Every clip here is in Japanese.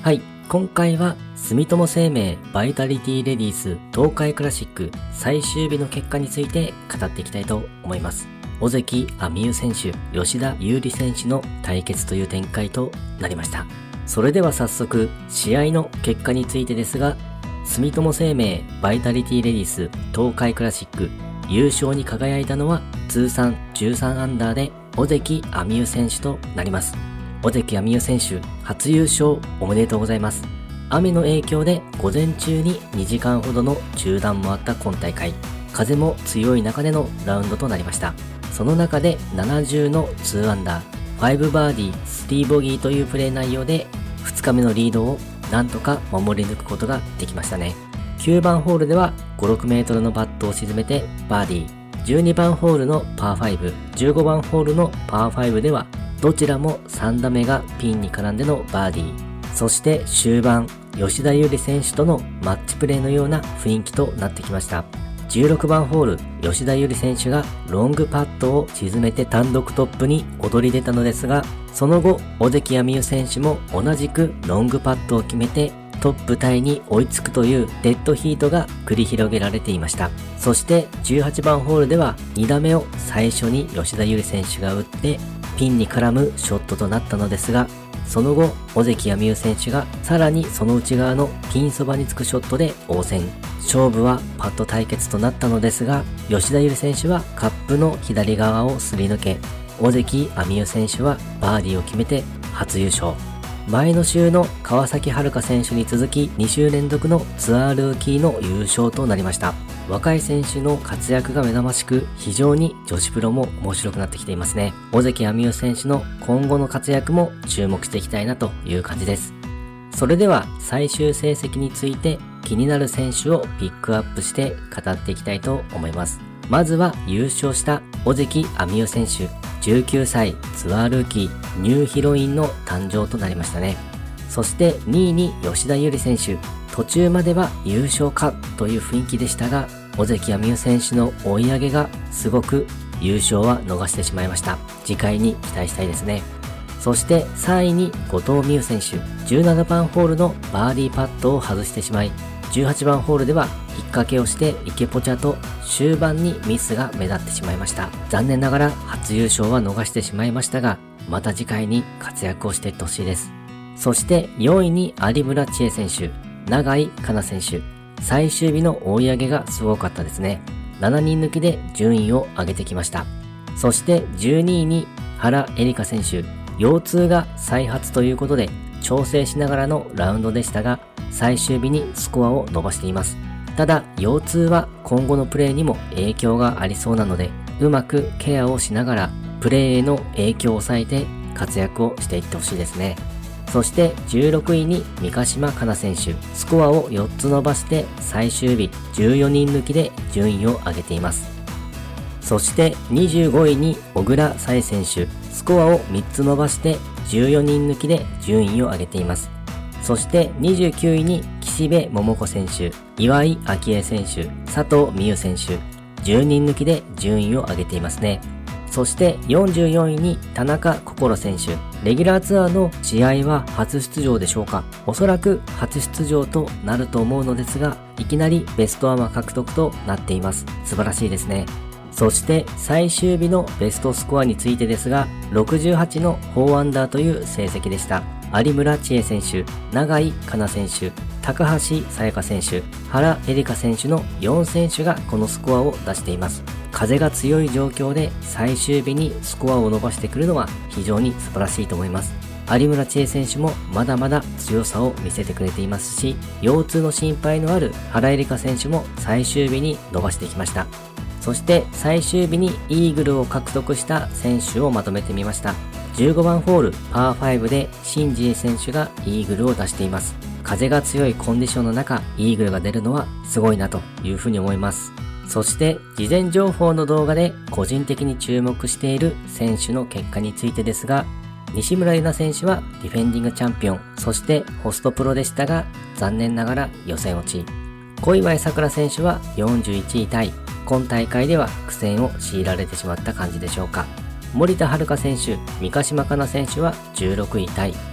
はい、今回は住友生命バイタリティレディース東海クラシック最終日の結果について語っていきたいと思います。尾関亜美優選手、吉田優利選手の対決という展開となりました。それでは早速、試合の結果についてですが、住友生命バイタリティレディース東海クラシック優勝に輝いたのは通算13アンダーで尾関亜美優選手となります。尾関亜美優選手、初優勝おめでとうございます。雨の影響で午前中に2時間ほどの中断もあった今大会。風も強い中でのラウンドとなりました。その中で70の2アンダー、5バーディー、3ボギーというプレー内容で2日目のリードをなんとか守り抜くことができましたね。9番ホールでは5、6メートルのパットを沈めてバーディー。12番ホールのパー5、15番ホールのパー5ではどちらも3打目がピンに絡んでのバーディー。そして終盤、吉田優利選手とのマッチプレーのような雰囲気となってきました。16番ホール、吉田優利選手がロングパットを沈めて単独トップに躍り出たのですが、その後、尾関亜美優選手も同じくロングパットを決めてトップタイに追いつくというデッドヒートが繰り広げられていました。そして18番ホールでは2打目を最初に吉田優利選手が打ってピンに絡むショットとなったのですが、その後、尾関亜美優選手がさらにその内側のピンそばにつくショットで応戦。勝負はパット対決となったのですが、吉田優利選手はカップの左側をすり抜け、尾関亜美優選手はバーディーを決めて初優勝。前の週の川崎春花選手に続き2週連続のツアールーキーの優勝となりました。若い選手の活躍が目覚ましく、非常に女子プロも面白くなってきていますね。尾関亜美優選手の今後の活躍も注目していきたいなという感じです。それでは最終成績について気になる選手をピックアップして語っていきたいと思います。まずは優勝した尾関亜美優選手、19歳ツアールーキーニューヒロインの誕生となりましたね。そして2位に吉田優利選手、途中までは優勝かという雰囲気でしたが、尾関亜美優選手の追い上げがすごく優勝は逃してしまいました。次回に期待したいですね。そして3位に後藤美優選手、17番ホールのバーディーパットを外してしまい、18番ホールでは引っ掛けをして池ポチャと終盤にミスが目立ってしまいました。残念ながら初優勝は逃してしまいましたが、また次回に活躍をしていってほしいです。そして4位に有村智恵選手、永井香奈選手、最終日の追い上げがすごかったですね。7人抜きで順位を上げてきました。そして12位に原恵梨香選手、腰痛が再発ということで調整しながらのラウンドでしたが、最終日にスコアを伸ばしています。ただ、腰痛は今後のプレーにも影響がありそうなので、うまくケアをしながらプレーへの影響を抑えて活躍をしていってほしいですね。そして16位に三ヶ島かな選手、スコアを4つ伸ばして最終日14人抜きで順位を上げています。そして25位に小倉彩選手、スコアを3つ伸ばして14人抜きで順位を上げています。そして29位に岸辺桃子選手、岩井明恵選手、佐藤美優選手、10人抜きで順位を上げていますね。そして44位に田中心選手、レギュラーツアーの試合は初出場でしょうか。おそらく初出場となると思うのですが、いきなりベストアマ獲得となっています。素晴らしいですね。そして最終日のベストスコアについてですが、68の4アンダーという成績でした。有村智恵選手、永井香奈選手、高橋沙也加選手、原恵梨香選手の4選手がこのスコアを出しています。風が強い状況で最終日にスコアを伸ばしてくるのは非常に素晴らしいと思います。有村智恵選手もまだまだ強さを見せてくれていますし、腰痛の心配のある原恵梨香選手も最終日に伸ばしてきました。そして最終日にイーグルを獲得した選手をまとめてみました。15番ホールパー5でシンジエ選手がイーグルを出しています。風が強いコンディションの中、イーグルが出るのはすごいなというふうに思います。そして事前情報の動画で個人的に注目している選手の結果についてですが、西村優菜選手はディフェンディングチャンピオン、そしてホストプロでしたが、残念ながら予選落ち。小祝さくら選手は41位タイ、今大会では苦戦を強いられてしまった感じでしょうか。森田遥選手、三ヶ島かな選手は16位タイ。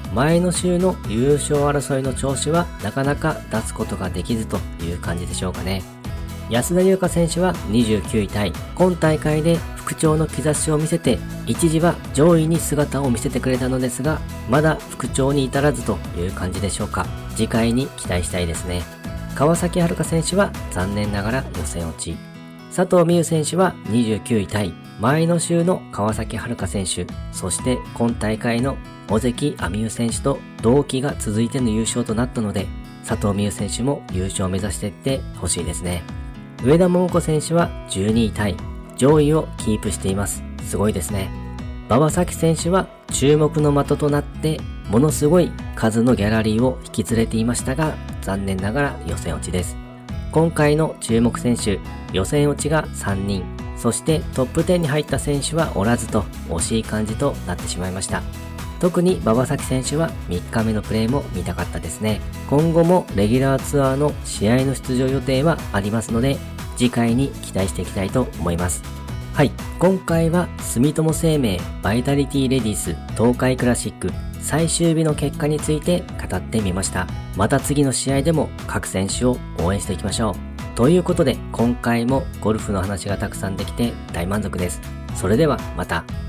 前の週の優勝争いの調子はなかなか出すことができずという感じでしょうかね。安田祐香選手は29位タイ。今大会で復調の兆しを見せて、一時は上位に姿を見せてくれたのですが、まだ復調に至らずという感じでしょうか。次回に期待したいですね。川崎春花選手は残念ながら予選落ち。佐藤美優選手は29位タイ。前の週の川崎春花選手、そして今大会の尾関亜美優選手と同期が続いての優勝となったので、佐藤美優選手も優勝を目指していってほしいですね。上田桃子選手は12位タイ。上位をキープしています。すごいですね。馬場咲希選手は注目の的となって、ものすごい数のギャラリーを引き連れていましたが、残念ながら予選落ちです。今回の注目選手、予選落ちが3人。そしてトップ10に入った選手はおらずと惜しい感じとなってしまいました。特に馬場咲希選手は3日目のプレーも見たかったですね。今後もレギュラーツアーの試合の出場予定はありますので、次回に期待していきたいと思います。はい、今回は住友生命バイタリティレディス東海クラシック最終日の結果について語ってみました。また次の試合でも各選手を応援していきましょう。ということで今回もゴルフの話がたくさんできて大満足です。それではまた。